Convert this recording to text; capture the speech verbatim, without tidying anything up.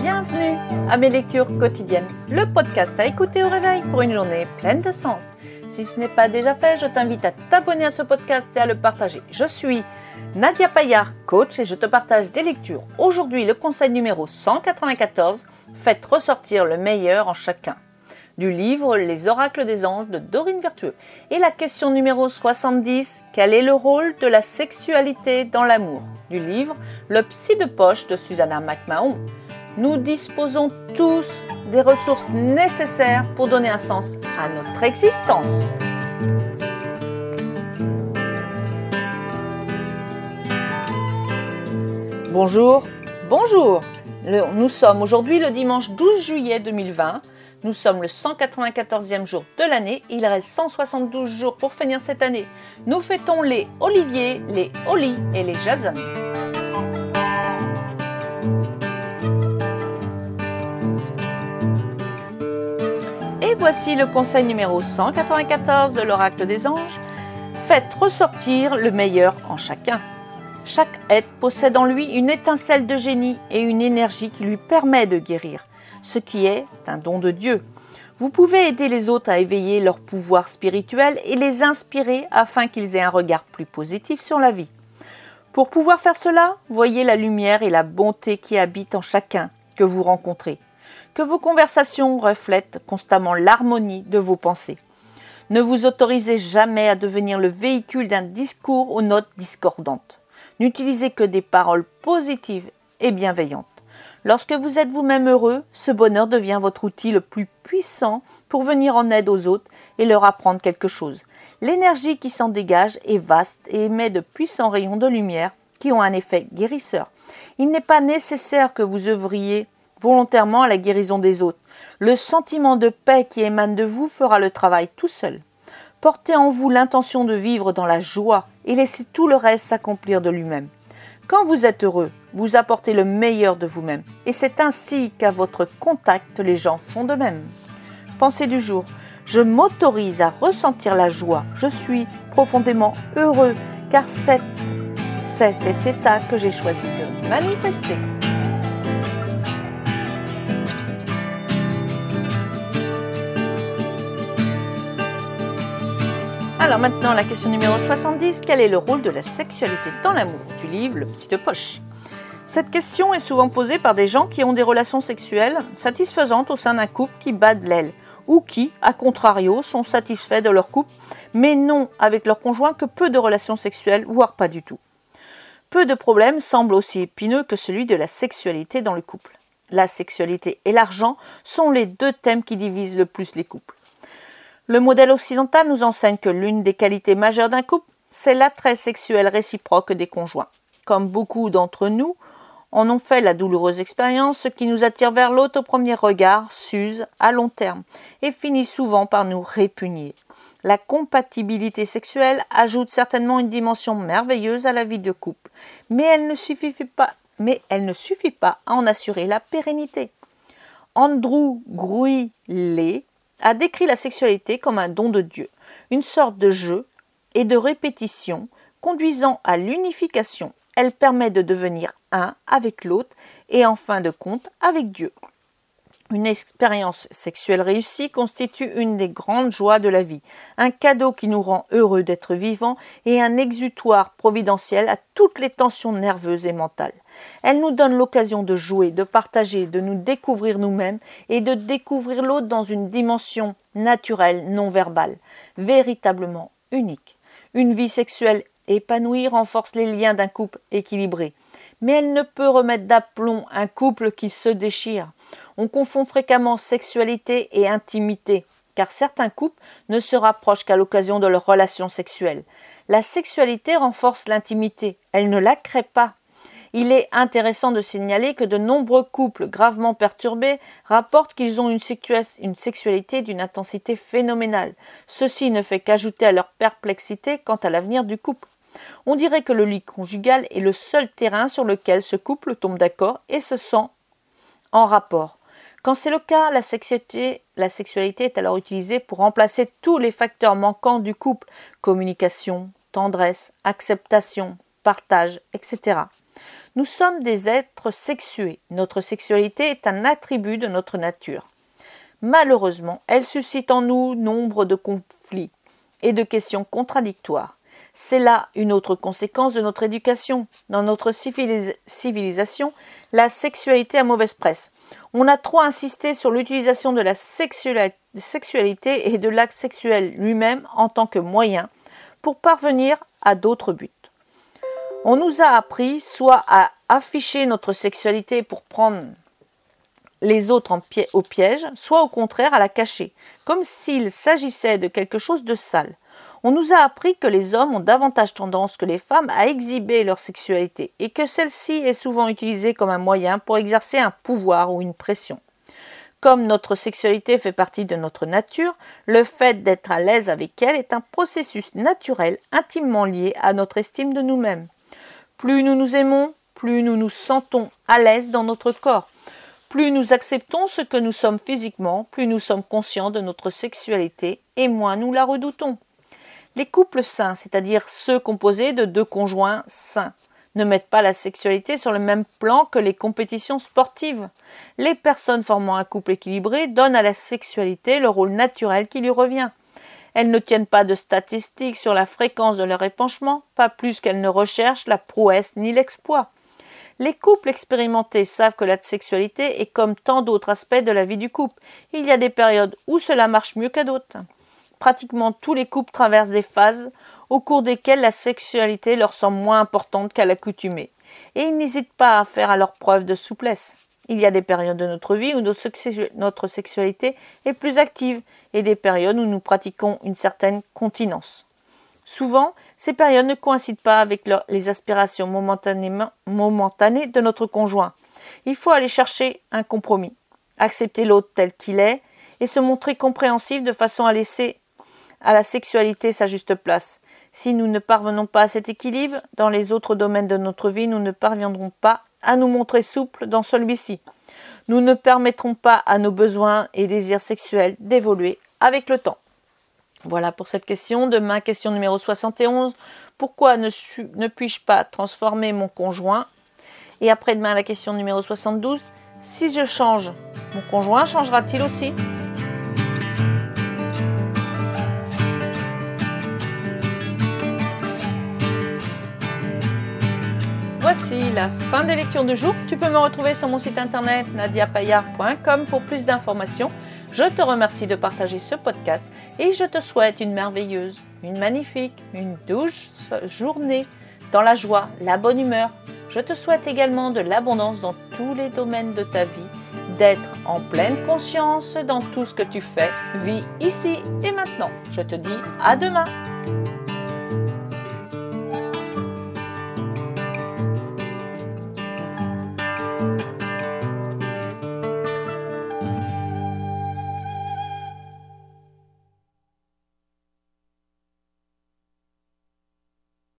Bienvenue à mes lectures quotidiennes, le podcast à écouter au réveil pour une journée pleine de sens. Si ce n'est pas déjà fait, je t'invite à t'abonner à ce podcast et à le partager. Je suis Nadia Payard, coach, et je te partage des lectures. Aujourd'hui, le conseil numéro cent quatre-vingt-quatorze, faites ressortir le meilleur en chacun. Du livre Les oracles des anges de Dorine Vertueux. Et la question numéro soixante-dix, quel est le rôle de la sexualité dans l'amour? Du livre Le psy de poche de Susanna McMahon. Nous disposons tous des ressources nécessaires pour donner un sens à notre existence. Bonjour, bonjour. Le, nous sommes aujourd'hui le dimanche douze juillet deux mille vingt. Nous sommes le cent quatre-vingt-quatorzième jour de l'année. Il reste cent soixante-douze jours pour finir cette année. Nous fêtons les Olivier, les Oli et les Jason. Et voici le conseil numéro cent quatre-vingt-quatorze de l'oracle des anges. Faites ressortir le meilleur en chacun. Chaque être possède en lui une étincelle de génie et une énergie qui lui permet de guérir, ce qui est un don de Dieu. Vous pouvez aider les autres à éveiller leur pouvoir spirituel et les inspirer afin qu'ils aient un regard plus positif sur la vie. Pour pouvoir faire cela, voyez la lumière et la bonté qui habitent en chacun que vous rencontrez. Que vos conversations reflètent constamment l'harmonie de vos pensées. Ne vous autorisez jamais à devenir le véhicule d'un discours aux notes discordantes. N'utilisez que des paroles positives et bienveillantes. Lorsque vous êtes vous-même heureux, ce bonheur devient votre outil le plus puissant pour venir en aide aux autres et leur apprendre quelque chose. L'énergie qui s'en dégage est vaste et émet de puissants rayons de lumière qui ont un effet guérisseur. Il n'est pas nécessaire que vous œuvriez volontairement à la guérison des autres. Le sentiment de paix qui émane de vous fera le travail tout seul. Portez en vous l'intention de vivre dans la joie et laissez tout le reste s'accomplir de lui-même. Quand vous êtes heureux, vous apportez le meilleur de vous-même et c'est ainsi qu'à votre contact, les gens font de même. Pensée du jour. Je m'autorise à ressentir la joie. Je suis profondément heureux car c'est, c'est cet état que j'ai choisi de manifester. Alors maintenant, la question numéro soixante-dix, quel est le rôle de la sexualité dans l'amour? Du livre Le psy de poche. Cette question est souvent posée par des gens qui ont des relations sexuelles satisfaisantes au sein d'un couple qui bat de l'aile, ou qui, à contrario, sont satisfaits de leur couple, mais non avec leur conjoint que peu de relations sexuelles, voire pas du tout. Peu de problèmes semblent aussi épineux que celui de la sexualité dans le couple. La sexualité et l'argent sont les deux thèmes qui divisent le plus les couples. Le modèle occidental nous enseigne que l'une des qualités majeures d'un couple, c'est l'attrait sexuel réciproque des conjoints. Comme beaucoup d'entre nous en ont fait la douloureuse expérience, ce qui nous attire vers l'autre au premier regard s'use à long terme et finit souvent par nous répugner. La compatibilité sexuelle ajoute certainement une dimension merveilleuse à la vie de couple, mais elle ne suffit pas, mais elle ne suffit pas à en assurer la pérennité. Andrew Gruy-Lee a décrit la sexualité comme un don de Dieu, une sorte de jeu et de répétition conduisant à l'unification. Elle permet de devenir un avec l'autre et en fin de compte avec Dieu. Une expérience sexuelle réussie constitue une des grandes joies de la vie, un cadeau qui nous rend heureux d'être vivants et un exutoire providentiel à toutes les tensions nerveuses et mentales. Elle nous donne l'occasion de jouer, de partager, de nous découvrir nous-mêmes et de découvrir l'autre dans une dimension naturelle, non verbale, véritablement unique. Une vie sexuelle épanouie renforce les liens d'un couple équilibré, mais elle ne peut remettre d'aplomb un couple qui se déchire. On confond fréquemment sexualité et intimité, car certains couples ne se rapprochent qu'à l'occasion de leurs relations sexuelles. La sexualité renforce l'intimité, elle ne la crée pas. Il est intéressant de signaler que de nombreux couples gravement perturbés rapportent qu'ils ont une, sexu- une sexualité d'une intensité phénoménale. Ceci ne fait qu'ajouter à leur perplexité quant à l'avenir du couple. On dirait que le lit conjugal est le seul terrain sur lequel ce couple tombe d'accord et se sent en rapport. Quand c'est le cas, la sexualité, la sexualité est alors utilisée pour remplacer tous les facteurs manquants du couple, communication, tendresse, acceptation, partage, et cetera. Nous sommes des êtres sexués. Notre sexualité est un attribut de notre nature. Malheureusement, elle suscite en nous nombre de conflits et de questions contradictoires. C'est là une autre conséquence de notre éducation. Dans notre civilis- civilisation, la sexualité a mauvaise presse. On a trop insisté sur l'utilisation de la sexuali- sexualité et de l'acte sexuel lui-même en tant que moyen pour parvenir à d'autres buts. On nous a appris soit à afficher notre sexualité pour prendre les autres en pi- au piège, soit au contraire à la cacher, comme s'il s'agissait de quelque chose de sale. On nous a appris que les hommes ont davantage tendance que les femmes à exhiber leur sexualité et que celle-ci est souvent utilisée comme un moyen pour exercer un pouvoir ou une pression. Comme notre sexualité fait partie de notre nature, le fait d'être à l'aise avec elle est un processus naturel intimement lié à notre estime de nous-mêmes. Plus nous nous aimons, plus nous nous sentons à l'aise dans notre corps. Plus nous acceptons ce que nous sommes physiquement, plus nous sommes conscients de notre sexualité et moins nous la redoutons. Les couples sains, c'est-à-dire ceux composés de deux conjoints sains, ne mettent pas la sexualité sur le même plan que les compétitions sportives. Les personnes formant un couple équilibré donnent à la sexualité le rôle naturel qui lui revient. Elles ne tiennent pas de statistiques sur la fréquence de leur épanchement, pas plus qu'elles ne recherchent la prouesse ni l'exploit. Les couples expérimentés savent que la sexualité est comme tant d'autres aspects de la vie du couple. Il y a des périodes où cela marche mieux qu'à d'autres. Pratiquement tous les couples traversent des phases au cours desquelles la sexualité leur semble moins importante qu'à l'accoutumée, et ils n'hésitent pas à faire alors preuve de souplesse. Il y a des périodes de notre vie où notre sexualité est plus active et des périodes où nous pratiquons une certaine continence. Souvent, ces périodes ne coïncident pas avec leur, les aspirations momentanées de notre conjoint. Il faut aller chercher un compromis, accepter l'autre tel qu'il est et se montrer compréhensif de façon à laisser à la sexualité sa juste place. Si nous ne parvenons pas à cet équilibre, dans les autres domaines de notre vie, nous ne parviendrons pas à nous montrer souples dans celui-ci. Nous ne permettrons pas à nos besoins et désirs sexuels d'évoluer avec le temps. Voilà pour cette question. Demain, question numéro soixante et onze. Pourquoi ne, su- ne puis-je pas transformer mon conjoint? Et après-demain, la question numéro soixante-douze. Si je change, mon conjoint changera-t-il aussi? Voici la fin des lectures du jour. Tu peux me retrouver sur mon site internet nadia payard point com pour plus d'informations. Je te remercie de partager ce podcast et je te souhaite une merveilleuse, une magnifique, une douce journée dans la joie, la bonne humeur. Je te souhaite également de l'abondance dans tous les domaines de ta vie, d'être en pleine conscience dans tout ce que tu fais. Vis ici et maintenant. Je te dis à demain.